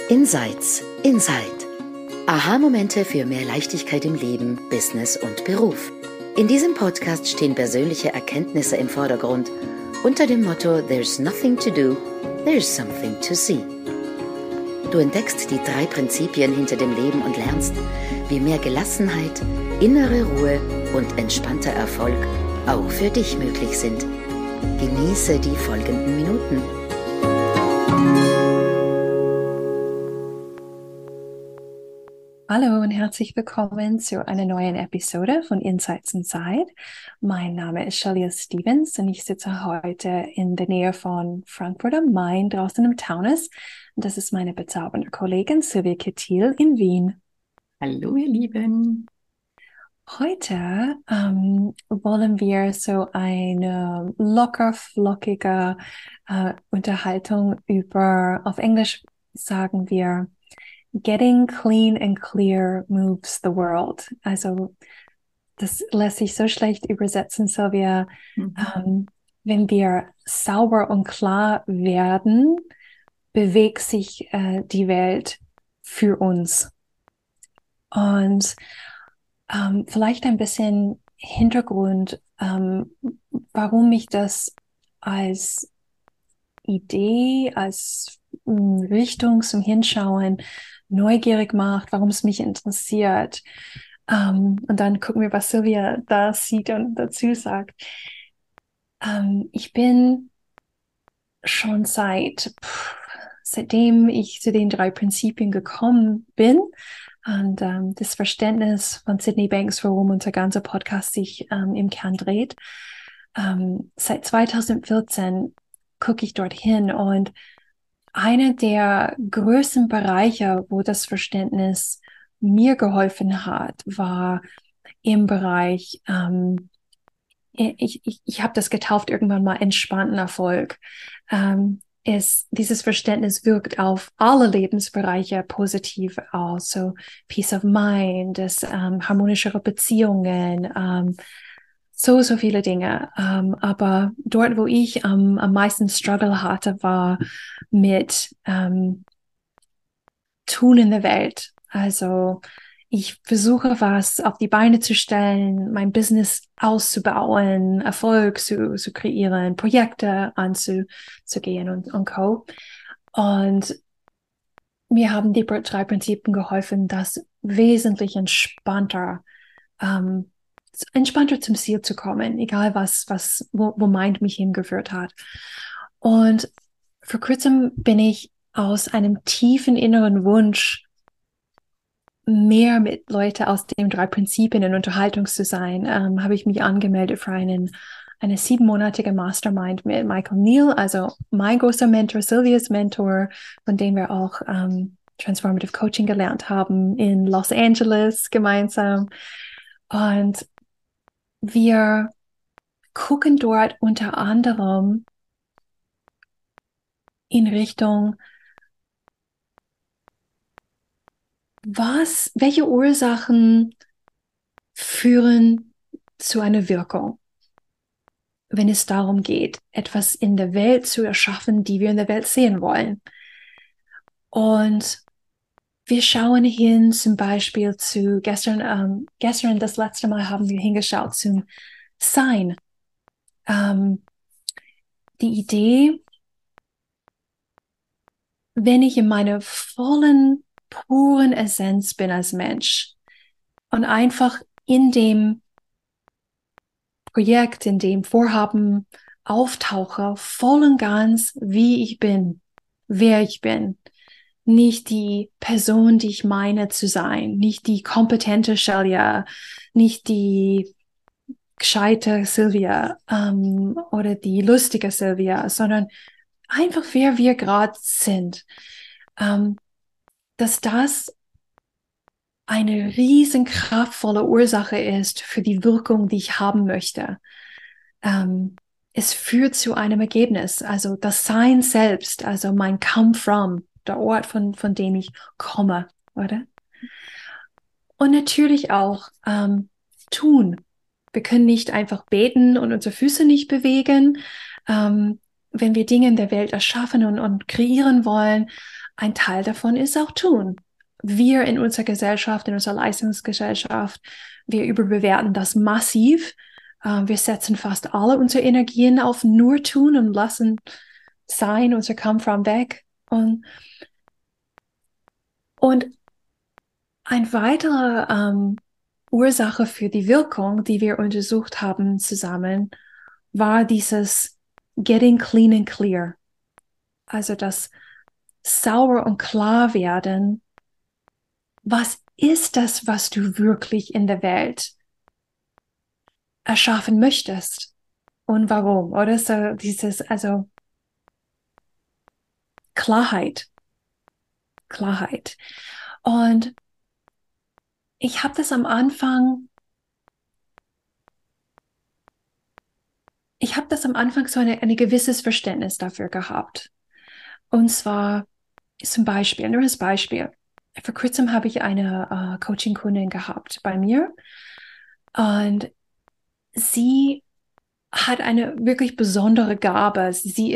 Insights, Insight. Aha-Momente für mehr Leichtigkeit im Leben, Business und Beruf. In diesem Podcast stehen persönliche Erkenntnisse im Vordergrund unter dem Motto There's nothing to do, there's something to see. Du entdeckst die 3 Prinzipien hinter dem Leben und lernst, wie mehr Gelassenheit, innere Ruhe und entspannter Erfolg auch für dich möglich sind. Genieße die folgenden Minuten. Hallo und herzlich willkommen zu einer neuen Episode von Insights Inside. Mein Name ist Shalia Stevens und ich sitze heute in der Nähe von Frankfurt am Main, draußen im Taunus. Und das ist meine bezaubernde Kollegin Silvia Kettil in Wien. Hallo ihr Lieben. Heute wollen wir so eine locker flockige Unterhaltung über, auf Englisch sagen wir, Getting clean and clear moves the world. Also das lässt sich so schlecht übersetzen, Silvia. Wenn wir sauber und klar werden, bewegt sich die Welt für uns. Und vielleicht ein bisschen Hintergrund, warum mich das als Idee, als Richtung zum Hinschauen neugierig macht, warum es mich interessiert. Und dann gucken wir, was Silvia da sieht und dazu sagt. Ich bin schon seitdem ich zu den 3 Prinzipien gekommen bin und das Verständnis von Sydney Banks, worum unser ganzer Podcast sich im Kern dreht. Seit 2014 gucke ich dorthin und einer der größten Bereiche, wo das Verständnis mir geholfen hat, war im Bereich, ich habe das getauft irgendwann mal, entspannten Erfolg. Dieses Verständnis wirkt auf alle Lebensbereiche positiv aus, so Peace of Mind, harmonischere Beziehungen, so viele Dinge. Aber dort, wo ich am meisten Struggle hatte, war mit Tun in der Welt. Also ich versuche, was auf die Beine zu stellen, mein Business auszubauen, Erfolg zu kreieren, Projekte anzugehen und Co. Und mir haben die 3 Prinzipien geholfen, das wesentlich entspannter zum Ziel zu kommen, egal wo Mind mich hingeführt hat. Und vor kurzem bin ich aus einem tiefen inneren Wunsch, mehr mit Leuten aus den 3 Prinzipien in Unterhaltung zu sein, habe ich mich angemeldet für eine 7-monatige Mastermind mit Michael Neal, also mein großer Mentor, Silvias Mentor, von dem wir auch Transformative Coaching gelernt haben in Los Angeles gemeinsam. Und wir gucken dort unter anderem in Richtung, welche Ursachen führen zu einer Wirkung, wenn es darum geht, etwas in der Welt zu erschaffen, die wir in der Welt sehen wollen. Und wir schauen hin zum Beispiel zu gestern das letzte Mal haben wir hingeschaut zum Sein. Die Idee, wenn ich in meiner vollen, puren Essenz bin als Mensch und einfach in dem Projekt, in dem Vorhaben auftauche, voll und ganz, wie ich bin, wer ich bin. Nicht die Person, die ich meine zu sein, nicht die kompetente Shalia, nicht die gescheite Silvia oder die lustige Silvia, sondern einfach wer wir gerade sind. Dass das eine riesen kraftvolle Ursache ist für die Wirkung, die ich haben möchte. Es führt zu einem Ergebnis, also das Sein selbst, also mein Come From, der Ort, von dem ich komme, oder? Und natürlich auch tun. Wir können nicht einfach beten und unsere Füße nicht bewegen. Wenn wir Dinge in der Welt erschaffen und kreieren wollen, ein Teil davon ist auch tun. Wir in unserer Gesellschaft, in unserer Leistungsgesellschaft, wir überbewerten das massiv. Wir setzen fast alle unsere Energien auf nur tun und lassen sein, unser Kampfraum weg. Und ein weiterer Ursache für die Wirkung, die wir untersucht haben zusammen, war dieses Getting Clean and Clear. Also das sauber und klar werden. Was ist das, was du wirklich in der Welt erschaffen möchtest? Und warum? Oder so dieses, also Klarheit. Klarheit. Und ich habe das am Anfang so ein gewisses Verständnis dafür gehabt. Und zwar zum Beispiel, nur als Beispiel. Vor kurzem habe ich eine Coaching-Kundin gehabt bei mir und sie hat eine wirklich besondere Gabe.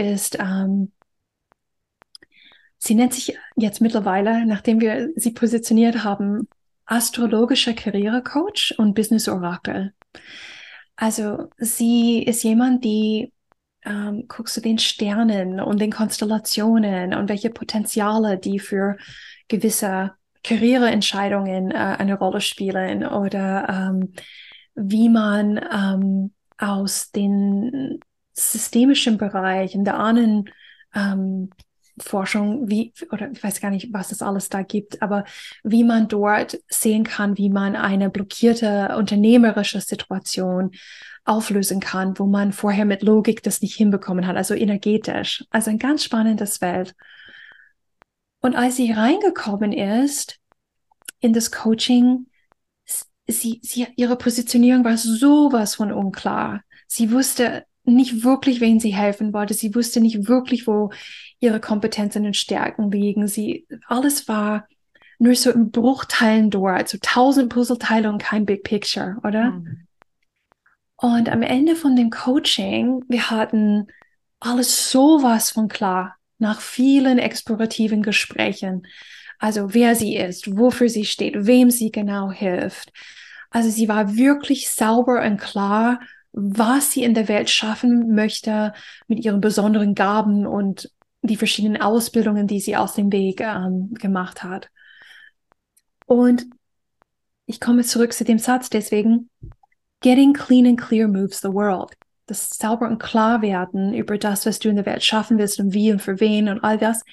Sie nennt sich jetzt mittlerweile, nachdem wir sie positioniert haben, astrologischer Karrierecoach und Business Orakel. Also sie ist jemand, die guckst du den Sternen und den Konstellationen und welche Potenziale die für gewisse Karriereentscheidungen eine Rolle spielen oder wie man aus den systemischen Bereichen der Ahnenforschung, oder ich weiß gar nicht, was es alles da gibt, aber wie man dort sehen kann, wie man eine blockierte unternehmerische Situation auflösen kann, wo man vorher mit Logik das nicht hinbekommen hat, also energetisch. Also ein ganz spannendes Feld. Und als sie reingekommen ist in das Coaching, ihre Positionierung war sowas von unklar. Sie wusste nicht wirklich, wen sie helfen wollte. Sie wusste nicht wirklich, wo ihre Kompetenzen und Stärken liegen. Alles war nur so in Bruchteilen dort, so 1000 Puzzleteile und kein Big Picture, oder? Mhm. Und am Ende von dem Coaching, wir hatten alles sowas von klar, nach vielen explorativen Gesprächen. Also wer sie ist, wofür sie steht, wem sie genau hilft. Also sie war wirklich sauber und klar, was sie in der Welt schaffen möchte mit ihren besonderen Gaben und die verschiedenen Ausbildungen, die sie aus dem Weg gemacht hat. Und ich komme zurück zu dem Satz deswegen, Getting clean and clear moves the world. Das sauber und klar werden über das, was du in der Welt schaffen willst und wie und für wen und all das.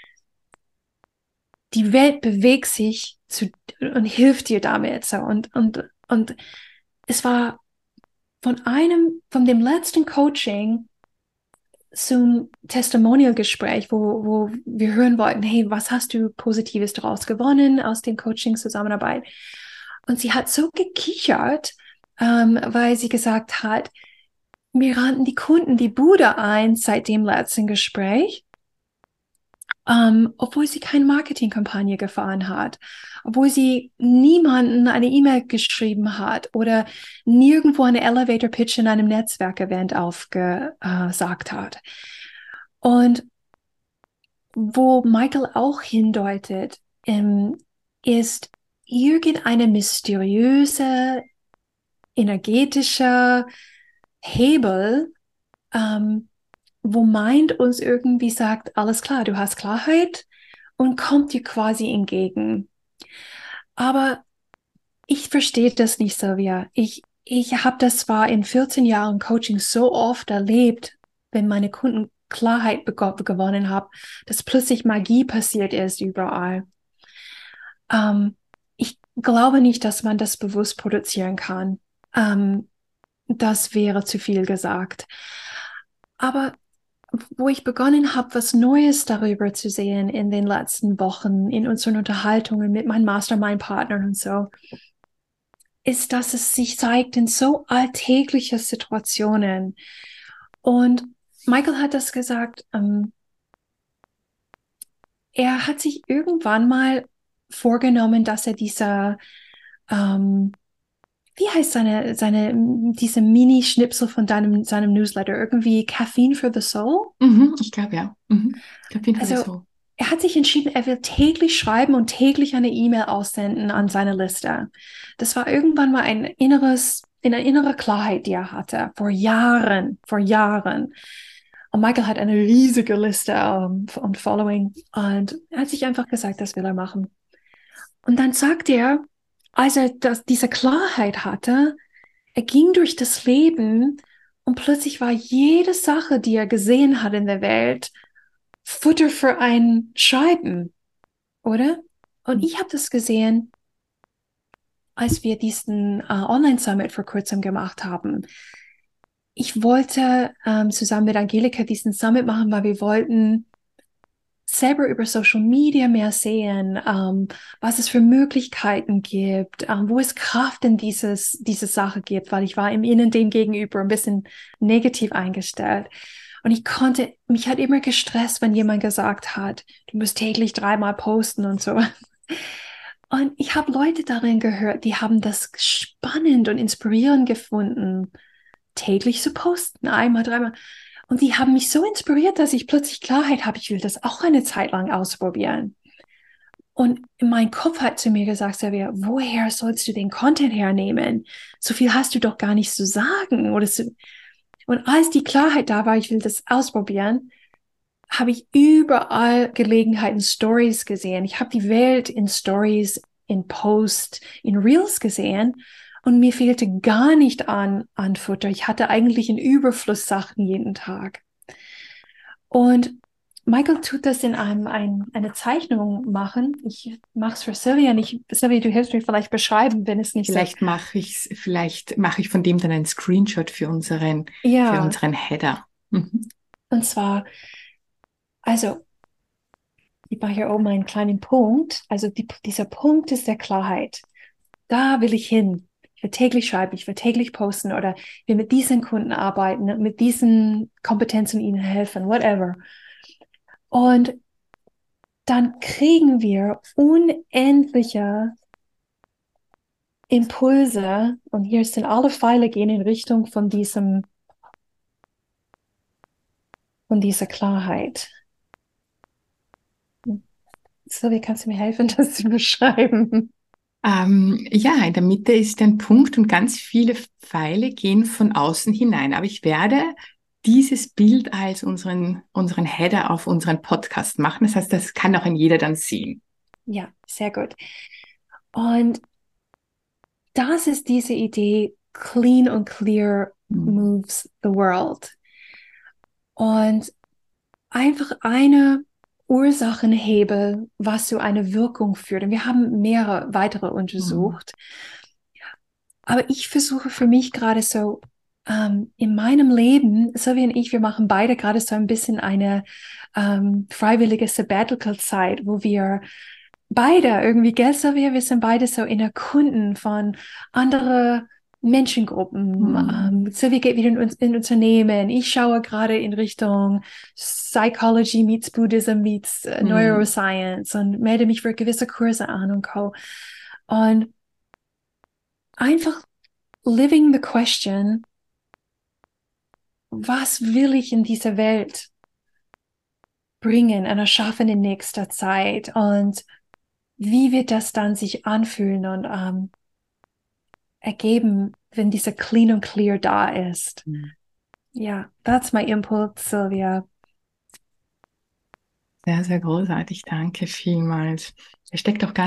Die Welt bewegt sich und hilft dir damit. So. Und es war von dem letzten Coaching zum Testimonial-Gespräch, wo wir hören wollten, hey, was hast du Positives daraus gewonnen aus dem Coaching-Zusammenarbeit? Und sie hat so gekichert, weil sie gesagt hat, mir rannten die Kunden die Bude ein seit dem letzten Gespräch, obwohl sie keine Marketingkampagne gefahren hat, obwohl sie niemanden eine E-Mail geschrieben hat oder nirgendwo eine Elevator-Pitch in einem Netzwerkevent aufgesagt hat. Und wo Michael auch hindeutet, ist irgendeine mysteriöse energetischer Hebel, wo Mind uns irgendwie sagt, alles klar, du hast Klarheit und kommt dir quasi entgegen. Aber ich verstehe das nicht, Sylvia. Ich habe das zwar in 14 Jahren Coaching so oft erlebt, wenn meine Kunden Klarheit gewonnen haben, dass plötzlich Magie passiert ist überall. Ich glaube nicht, dass man das bewusst produzieren kann. Das wäre zu viel gesagt. Aber wo ich begonnen habe, was Neues darüber zu sehen in den letzten Wochen, in unseren Unterhaltungen mit meinen Mastermind-Partnern und so, ist, dass es sich zeigt in so alltäglichen Situationen. Und Michael hat das gesagt, er hat sich irgendwann mal vorgenommen, dass er diese wie heißt diese Mini-Schnipsel von seinem Newsletter? Irgendwie Caffeine for the Soul? Ich glaube, ja. Caffeine for the Soul. er hat sich entschieden, er will täglich schreiben und täglich eine E-Mail aussenden an seine Liste. Das war irgendwann mal eine innere Klarheit, die er hatte, vor Jahren. Und Michael hat eine riesige Liste und Following. Und er hat sich einfach gesagt, das will er machen. Und dann sagt er, als er diese Klarheit hatte, er ging durch das Leben und plötzlich war jede Sache, die er gesehen hat in der Welt, Futter für ein Schreiben, oder? Und ich habe das gesehen, als wir diesen Online-Summit vor kurzem gemacht haben. Ich wollte zusammen mit Angelika diesen Summit machen, weil wir wollten selber über Social Media mehr sehen, was es für Möglichkeiten gibt, wo es Kraft in diese Sache gibt, weil ich war im Innen dem gegenüber ein bisschen negativ eingestellt. Und mich hat immer gestresst, wenn jemand gesagt hat, du musst täglich 3-mal posten und so. Und ich habe Leute darin gehört, die haben das spannend und inspirierend gefunden, täglich zu posten, 1-mal, 3-mal. Und die haben mich so inspiriert, dass ich plötzlich Klarheit habe, ich will das auch eine Zeit lang ausprobieren. Und mein Kopf hat zu mir gesagt, Silvia, woher sollst du den Content hernehmen? So viel hast du doch gar nicht zu sagen. Und als die Klarheit da war, ich will das ausprobieren, habe ich überall Gelegenheiten, Stories gesehen. Ich habe die Welt in Stories, in Post, in Reels gesehen. Und mir fehlte gar nicht an Futter. Ich hatte eigentlich einen Überfluss Sachen jeden Tag. Und Michael tut das in eine Zeichnung machen. Ich mache es für Silvia nicht. Silvia, du hilfst mir vielleicht beschreiben, wenn es nicht Vielleicht mache ich von dem dann einen Screenshot für für Ja, unseren Header. Mhm. und zwar, also, ich mache hier oben einen kleinen Punkt. Also dieser Punkt ist der Klarheit. Da will ich hin. Ich will täglich schreiben, ich will täglich posten oder ich will mit diesen Kunden arbeiten, mit diesen Kompetenzen ihnen helfen, whatever. Und dann kriegen wir unendliche Impulse und hier sind alle Pfeile gehen in Richtung von dieser Klarheit. Silvia, kannst du mir helfen, das zu beschreiben? Ja, in der Mitte ist ein Punkt und ganz viele Pfeile gehen von außen hinein. Aber ich werde dieses Bild als unseren Header auf unseren Podcast machen. Das heißt, das kann auch ein jeder dann sehen. Ja, sehr gut. Und das ist diese Idee, clean und clear Mhm. moves the world. Und einfach eine Ursachenhebel, was zu einer Wirkung führt. Und wir haben mehrere weitere Mhm. untersucht. Aber ich versuche für mich gerade so in meinem Leben, Sylvia und ich, wir machen beide gerade so ein bisschen eine freiwillige Sabbatical-Zeit, wo wir beide irgendwie, gell, Sylvia, wir sind beide so in Erkunden von andere Menschengruppen. Mhm. Sylvia geht wieder in Unternehmen. Ich schaue gerade in Richtung Psychology meets Buddhism meets Mhm. Neuroscience und melde mich für gewisse Kurse an und Co. Und einfach living the question, was will ich in dieser Welt bringen und erschaffen in nächster Zeit und wie wird das dann sich anfühlen und ergeben, wenn dieser Clean und Clear da ist. Ja, that's my impulse, Sylvia. Sehr, sehr großartig. Danke vielmals. Da steckt auch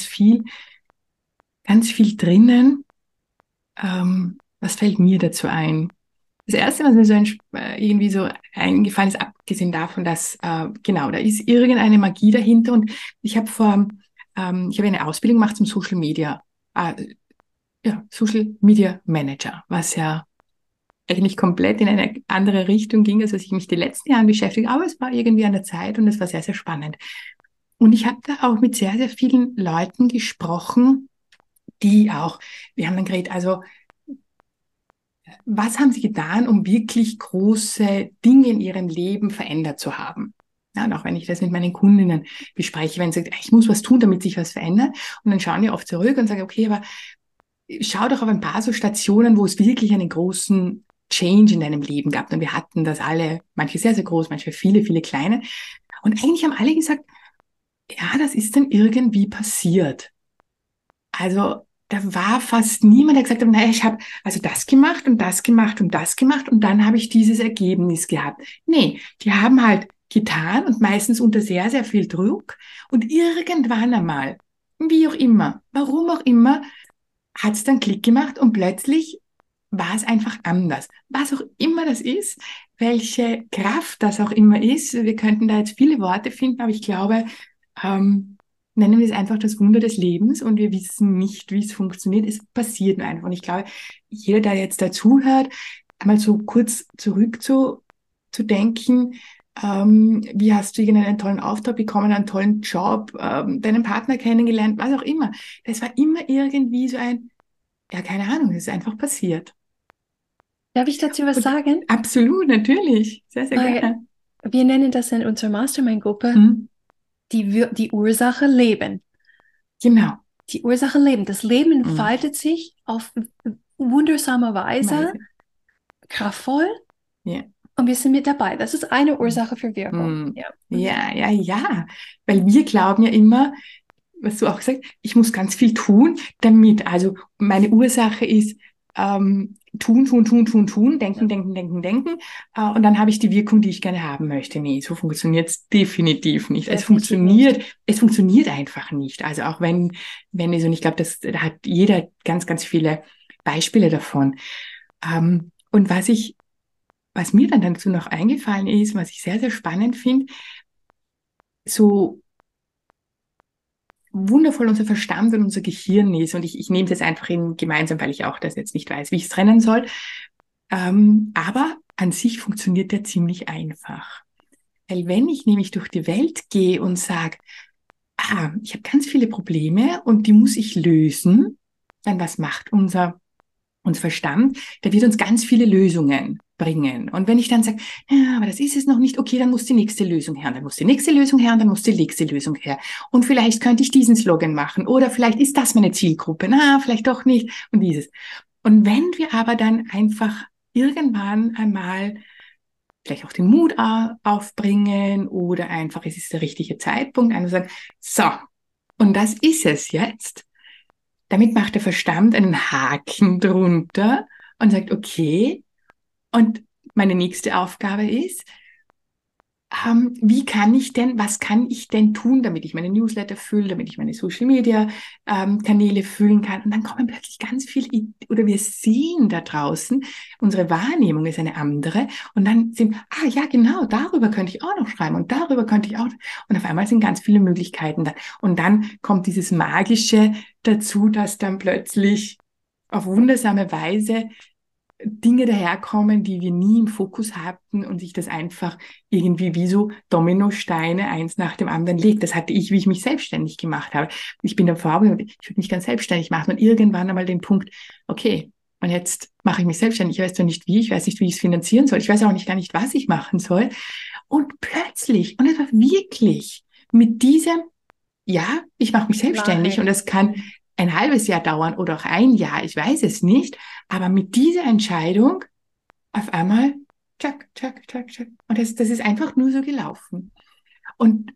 ganz viel drinnen. Was fällt mir dazu ein? Das Erste, was mir irgendwie so eingefallen ist, abgesehen davon, dass, genau, da ist irgendeine Magie dahinter und ich habe eine Ausbildung gemacht zum Social Media Manager, was ja eigentlich komplett in eine andere Richtung ging, als was ich mich die letzten Jahre beschäftige, aber es war irgendwie an der Zeit und es war sehr, sehr spannend. Und ich habe da auch mit sehr, sehr vielen Leuten gesprochen, wir haben dann geredet, also was haben Sie getan, um wirklich große Dinge in Ihrem Leben verändert zu haben? Ja, und auch wenn ich das mit meinen Kundinnen bespreche, wenn sie sagt, ich muss was tun, damit sich was verändert, und dann schauen wir oft zurück und sagen, okay, aber schau doch auf ein paar so Stationen, wo es wirklich einen großen Change in deinem Leben gab. Und wir hatten das alle, manche sehr, sehr groß, manche viele, viele kleine. Und eigentlich haben alle gesagt, ja, das ist dann irgendwie passiert. Also da war fast niemand, der gesagt hat, naja, ich habe also das gemacht und das gemacht und das gemacht und dann habe ich dieses Ergebnis gehabt. Nee, die haben halt getan und meistens unter sehr, sehr viel Druck und irgendwann einmal, wie auch immer, warum auch immer, hat es dann Klick gemacht und plötzlich war es einfach anders. Was auch immer das ist, welche Kraft das auch immer ist, wir könnten da jetzt viele Worte finden, aber ich glaube, ähm, nennen wir es einfach das Wunder des Lebens und wir wissen nicht, wie es funktioniert. Es passiert nur einfach. Und ich glaube, jeder, der jetzt dazuhört, einmal so kurz zurück zu denken, wie hast du irgendeinen tollen Auftrag bekommen, einen tollen Job, deinen Partner kennengelernt, was auch immer. Das war immer irgendwie so ein, ja, keine Ahnung, es ist einfach passiert. Darf ich dazu was Und sagen? absolut, natürlich, sehr, sehr Weil gerne. wir nennen das in unserer Mastermind-Gruppe Hm, die Ursache Leben. genau, Die Ursache Leben. Das Leben hm, entfaltet sich auf wundersame Weise, Weise. kraftvoll Ja. und wir sind mit dabei. Das ist eine Ursache für Wirkung. Hm. Ja. Ja, ja, ja. Weil wir glauben ja immer, was du auch gesagt, ich muss ganz viel tun, damit. Also meine Ursache ist tun, tun, tun, tun, tun, denken, Ja, denken, denken, denken. Und dann habe ich die Wirkung, die ich gerne haben möchte. Nee, so funktioniert es definitiv nicht. definitiv nicht. Es funktioniert einfach nicht. Also auch wenn es, und ich glaube, da hat jeder ganz, ganz viele Beispiele davon. Und was mir dann dazu noch eingefallen ist, was ich sehr, sehr spannend finde, so wundervoll unser Verstand und unser Gehirn ist. Und ich nehme es jetzt einfach gemeinsam, weil ich auch das jetzt nicht weiß, wie ich es trennen soll. Aber an sich funktioniert der ziemlich einfach. Weil wenn ich nämlich durch die Welt gehe und sage, ich habe ganz viele Probleme und die muss ich lösen, dann was macht unser Verstand? Der wird uns ganz viele Lösungen bringen. Und wenn ich dann sage, ja, aber das ist es noch nicht, okay, dann muss die nächste Lösung her, und dann muss die nächste Lösung her, und dann muss die nächste Lösung her. Und vielleicht könnte ich diesen Slogan machen oder vielleicht ist das meine Zielgruppe, na, vielleicht doch nicht und dieses. Und wenn wir aber dann einfach irgendwann einmal vielleicht auch den Mut aufbringen oder einfach, es ist der richtige Zeitpunkt, einfach sagen, so, und das ist es jetzt. Damit macht der Verstand einen Haken drunter und sagt, okay, und meine nächste Aufgabe ist, was kann ich denn tun, damit ich meine Newsletter fülle, damit ich meine Social Media Kanäle füllen kann? Und dann kommen plötzlich ganz viele, oder wir sehen da draußen, unsere Wahrnehmung ist eine andere. Und dann sind, ja, genau, darüber könnte ich auch noch schreiben und darüber könnte ich auch. Und auf einmal sind ganz viele Möglichkeiten da. Und dann kommt dieses Magische dazu, dass dann plötzlich auf wundersame Weise Dinge daherkommen, die wir nie im Fokus hatten und sich das einfach irgendwie wie so Dominosteine eins nach dem anderen legt. Das hatte ich, wie ich mich selbstständig gemacht habe. Ich bin der Vorbild, ich würde mich ganz selbstständig machen und irgendwann einmal den Punkt, okay, und jetzt mache ich mich selbstständig. Ich weiß zwar nicht wie, ich weiß nicht, wie ich es finanzieren soll. Ich weiß auch nicht gar nicht, was ich machen soll. Und plötzlich, und es war wirklich mit diesem, ja, ich mache mich selbstständig und Klarheit. das kann ein halbes Jahr dauern oder auch ein Jahr, ich weiß es nicht, aber mit dieser Entscheidung auf einmal, tschack, tschack, tschack, tschack. Und das ist einfach nur so gelaufen. Und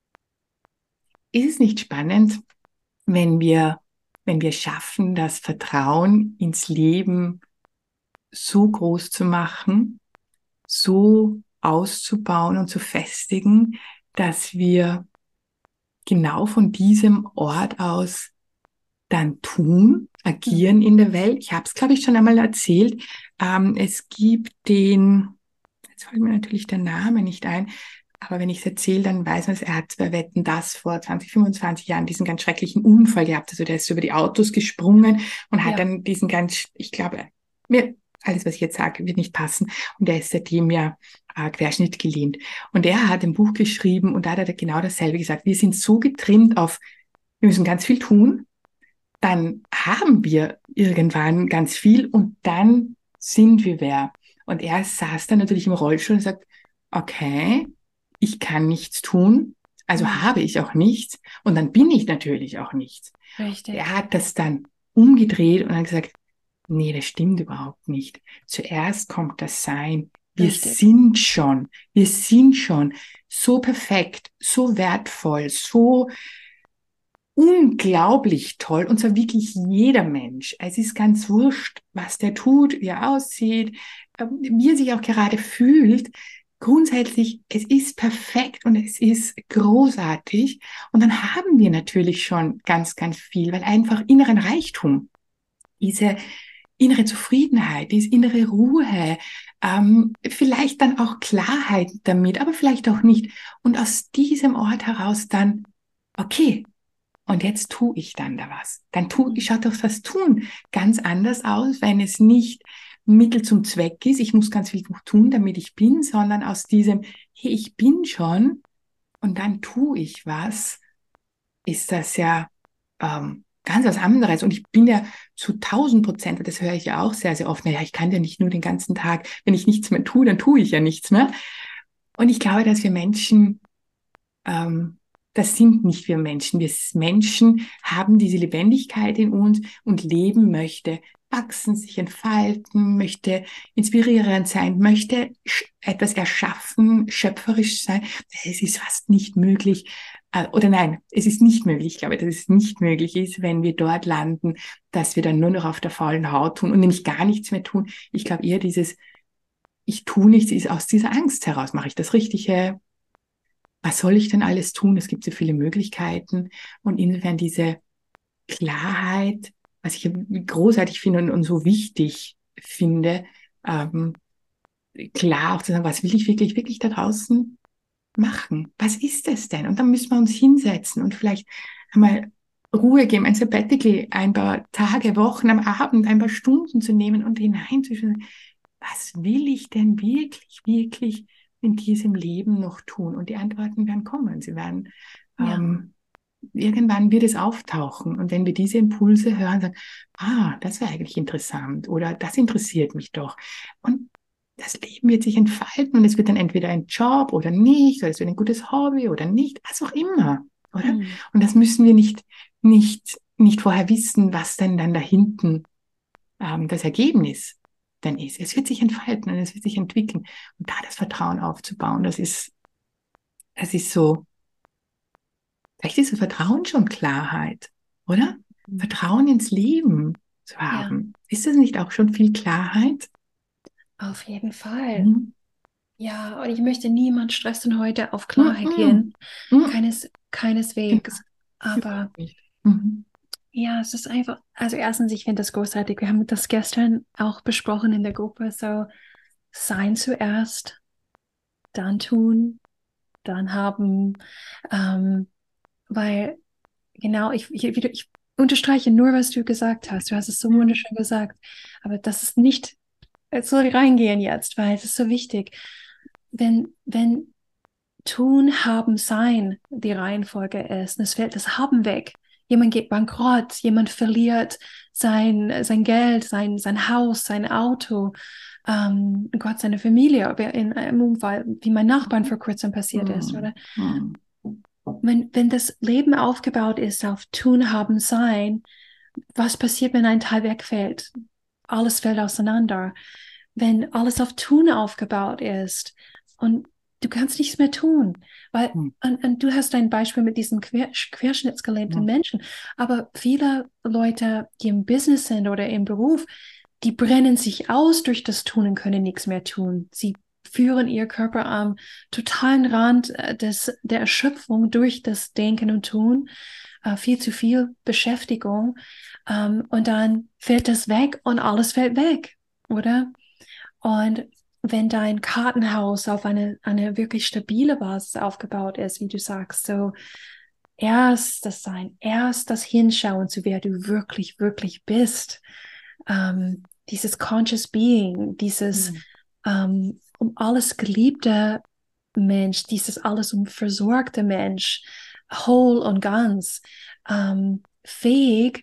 ist es nicht spannend, wenn wenn wir schaffen, das Vertrauen ins Leben so groß zu machen, so auszubauen und zu festigen, dass wir genau von diesem Ort aus dann tun, agieren in der Welt. Ich habe es, glaube ich, schon einmal erzählt. Es gibt jetzt fällt mir natürlich der Name nicht ein, aber wenn ich es erzähle, dann weiß man es, er hat bei Wetten, das vor 20, 25 Jahren diesen ganz schrecklichen Unfall gehabt. Also der ist über die Autos gesprungen und hat Ja, dann ich glaube, alles, was ich jetzt sage, wird nicht passen. Und der ist seitdem ja Querschnitt gelähmt. Und er hat ein Buch geschrieben und da hat er genau dasselbe gesagt. Wir sind so getrimmt auf, wir müssen ganz viel tun, dann haben wir irgendwann ganz viel und dann sind wir wer. Und er saß dann natürlich im Rollstuhl und sagt, okay, ich kann nichts tun, also mhm. habe ich auch nichts und dann bin ich natürlich auch nichts. Richtig. Er hat das dann umgedreht und hat gesagt, nee, das stimmt überhaupt nicht. Zuerst kommt das Sein Richtig. Wir sind schon so perfekt, so wertvoll, so unglaublich toll, und zwar wirklich jeder Mensch. Es ist ganz wurscht, was der tut, wie er aussieht, wie er sich auch gerade fühlt. Grundsätzlich, es ist perfekt und es ist großartig. Und dann haben wir natürlich schon ganz, ganz viel, weil einfach inneren Reichtum, diese innere Zufriedenheit, diese innere Ruhe, vielleicht dann auch Klarheit damit, aber vielleicht auch nicht. Und aus diesem Ort heraus dann, okay, und jetzt tue ich dann da was. Schaut doch das Tun ganz anders aus, wenn es nicht Mittel zum Zweck ist. Ich muss ganz viel tun, damit ich bin, sondern aus diesem, hey, ich bin schon und dann tue ich was, ist das ja ganz was anderes. Und ich bin ja zu 1000%, das höre ich ja auch sehr, sehr oft, naja, ich kann ja nicht nur den ganzen Tag, wenn ich nichts mehr tue, dann tue ich ja nichts mehr. Und ich glaube, dass wir Menschen das sind nicht wir Menschen. Wir Menschen haben diese Lebendigkeit in uns und Leben möchte wachsen, sich entfalten, möchte inspirierend sein, möchte etwas erschaffen, schöpferisch sein. Es ist fast nicht möglich, oder nein, es ist nicht möglich. Ich glaube, dass es nicht möglich ist, wenn wir dort landen, dass wir dann nur noch auf der faulen Haut tun und nämlich gar nichts mehr tun. Ich glaube eher dieses, ich tue nichts, ist aus dieser Angst heraus. Mache ich das Richtige? Was soll ich denn alles tun? Es gibt so viele Möglichkeiten. Und insofern diese Klarheit, was ich großartig finde und so wichtig finde, klar auch zu sagen, was will ich wirklich, wirklich da draußen machen? Was ist es denn? Und dann müssen wir uns hinsetzen und vielleicht einmal Ruhe geben, ein Sabbatical, ein paar Tage, Wochen am Abend, ein paar Stunden zu nehmen und hineinzuschauen, was will ich denn wirklich, wirklich in diesem Leben noch tun? Und die Antworten werden kommen. Sie werden, Ja. irgendwann wird es auftauchen. Und wenn wir diese Impulse hören, sagen, das wäre eigentlich interessant oder das interessiert mich doch. Und das Leben wird sich entfalten und es wird dann entweder ein Job oder nicht, oder es wird ein gutes Hobby oder nicht, was auch immer, oder? Mhm. Und das müssen wir nicht vorher wissen, was denn dann da hinten das Ergebnis dann ist. Es wird sich entfalten und es wird sich entwickeln. Und da das Vertrauen aufzubauen, das ist so, vielleicht ist so Vertrauen schon Klarheit, oder? Vertrauen ins Leben zu Ja, haben. Ist das nicht auch schon viel Klarheit? auf jeden Fall. Mhm. Ja, und ich möchte niemand stressen, heute auf Klarheit Mhm. gehen. Mhm. Genau. Keineswegs. Aber Überhaupt nicht. Mhm. ja, es ist einfach, also erstens, ich finde das großartig. Wir haben das gestern auch besprochen in der Gruppe. So, sein zuerst, dann tun, dann haben. Ähm, weil, genau, ich unterstreiche nur, was du gesagt hast. Du hast es so Ja. wunderschön gesagt. Aber das ist nicht, es soll reingehen jetzt, weil es ist so wichtig. Wenn Tun, Haben, Sein die Reihenfolge ist. Und es fällt das Haben weg. Jemand geht bankrott, jemand verliert sein Geld, sein Haus, sein Auto, Gott, seine Familie, in einem Unfall, wie mein Nachbarn vor kurzem passiert ist, Mhm. oder? Mhm. Wenn das Leben aufgebaut ist auf Tun, Haben, Sein, was passiert, wenn ein Teil wegfällt? Alles fällt auseinander. Wenn alles auf Tun aufgebaut ist und du kannst nichts mehr tun, weil Mhm. und du hast ein Beispiel mit diesen querschnittsgelähmten Mhm. Menschen, aber viele Leute, die im Business sind oder im Beruf, die brennen sich aus durch das Tun und können nichts mehr tun. Sie führen ihr Körper am totalen Rand der Erschöpfung durch das Denken und Tun, viel zu viel Beschäftigung, und dann fällt das weg und alles fällt weg, oder? Und wenn dein Kartenhaus auf eine wirklich stabile Basis aufgebaut ist, wie du sagst, so erst das Sein, erst das Hinschauen zu wer du wirklich, wirklich bist, dieses Conscious Being, dieses Mhm. um alles geliebte Mensch, dieses alles versorgte Mensch, whole und ganz, fähig,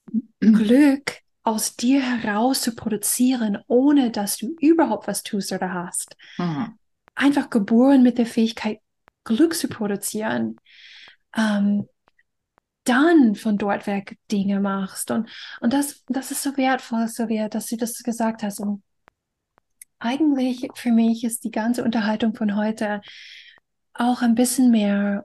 Glück aus dir heraus zu produzieren, ohne dass du überhaupt was tust oder hast. Mhm. Einfach geboren mit der Fähigkeit, Glück zu produzieren. Ähm, dann von dort weg Dinge machst. Und das ist so wertvoll, so wert, dass du das gesagt hast. Und eigentlich für mich ist die ganze Unterhaltung von heute auch ein bisschen mehr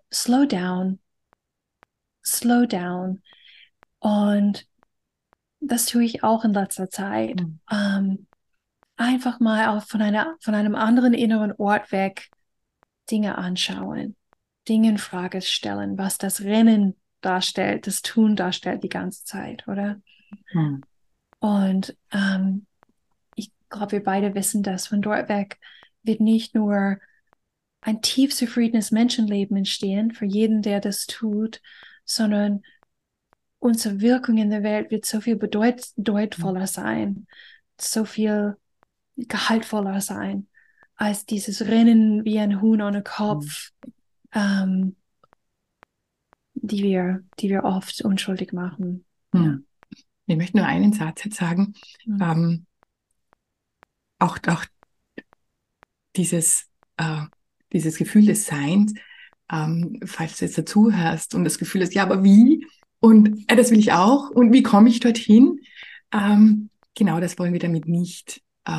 slow down. Und das tue ich auch in letzter Zeit. Einfach mal auch von einem anderen inneren Ort weg Dinge anschauen, Dinge in Frage stellen, was das Rennen darstellt, das Tun darstellt die ganze Zeit, oder? Und ich glaube, wir beide wissen das. Von dort weg wird nicht nur ein tief zufriedenes Menschenleben entstehen für jeden, der das tut, sondern unsere Wirkung in der Welt wird so viel bedeutvoller sein, so viel gehaltvoller sein, als dieses Rennen wie ein Huhn ohne Kopf, die wir oft unschuldig machen. Ja. Ich möchte nur einen Satz jetzt sagen. Auch dieses Gefühl des Seins, falls du jetzt dazu hörst und das Gefühl hast, ja, aber wie? Und das will ich auch. Und wie komme ich dorthin? Genau, das wollen wir damit nicht.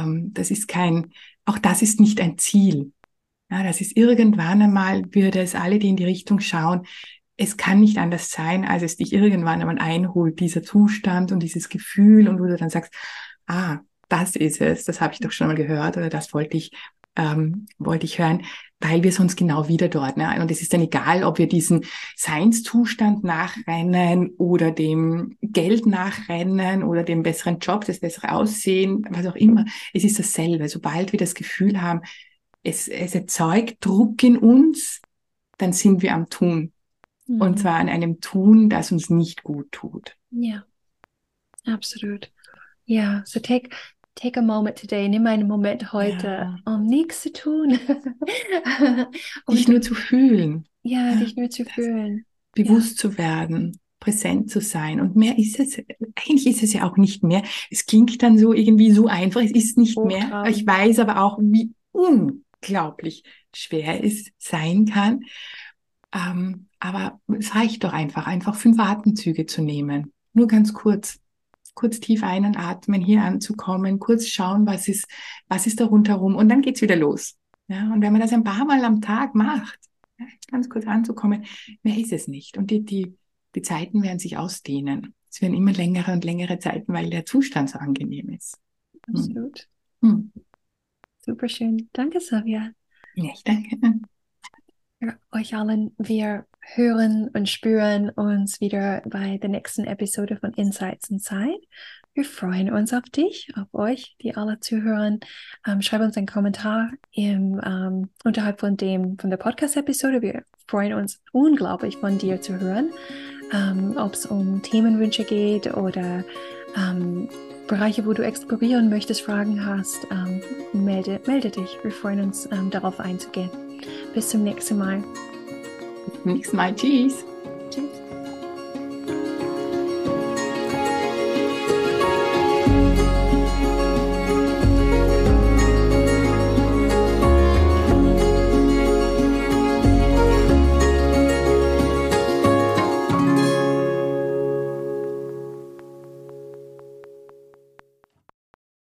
Auch das ist nicht ein Ziel. Ja, das ist irgendwann einmal, würde es alle, die in die Richtung schauen, es kann nicht anders sein, als es dich irgendwann einmal einholt, dieser Zustand und dieses Gefühl, und wo du dann sagst, das ist es, das habe ich doch schon mal gehört oder das wollte ich hören, weil wir sonst genau wieder dort. Ne? Und es ist dann egal, ob wir diesen Seinszustand nachrennen oder dem Geld nachrennen oder dem besseren Job, das bessere Aussehen, was auch immer. Es ist dasselbe. Sobald wir das Gefühl haben, es erzeugt Druck in uns, dann sind wir am Tun. Und zwar an einem Tun, das uns nicht gut tut. Ja, absolut. Ja, so take a moment today, nimm einen Moment heute, um nichts zu tun. Dich nur zu fühlen. Ja, dich nur zu fühlen. Bewusst zu werden, präsent zu sein. Und mehr ist es, eigentlich ist es ja auch nicht mehr. Es klingt dann so irgendwie so einfach, es ist nicht mehr. Ich weiß aber auch, wie unglaublich schwer es sein kann. Aber es reicht doch einfach 5 Atemzüge zu nehmen. Nur ganz kurz tief ein- und atmen, hier anzukommen, kurz schauen, was ist da rundherum, und dann geht's wieder los. Ja, und wenn man das ein paar Mal am Tag macht, ganz kurz anzukommen, mehr ist es nicht. Und die Zeiten werden sich ausdehnen. Es werden immer längere und längere Zeiten, weil der Zustand so angenehm ist. Absolut. Super schön. Danke, Silvia. Ja, ich danke. Für euch allen, wir hören und spüren uns wieder bei der nächsten Episode von Insights Inside. Wir freuen uns auf dich, auf euch, die alle zuhören. Schreib uns einen Kommentar unterhalb von der Podcast-Episode. Wir freuen uns unglaublich, von dir zu hören. Ob es um Themenwünsche geht oder Bereiche, wo du explorieren möchtest, Fragen hast, melde dich. Wir freuen uns, darauf einzugehen. Bis zum nächsten Mal. Bis zum nächsten Mal. Tschüss. Tschüss.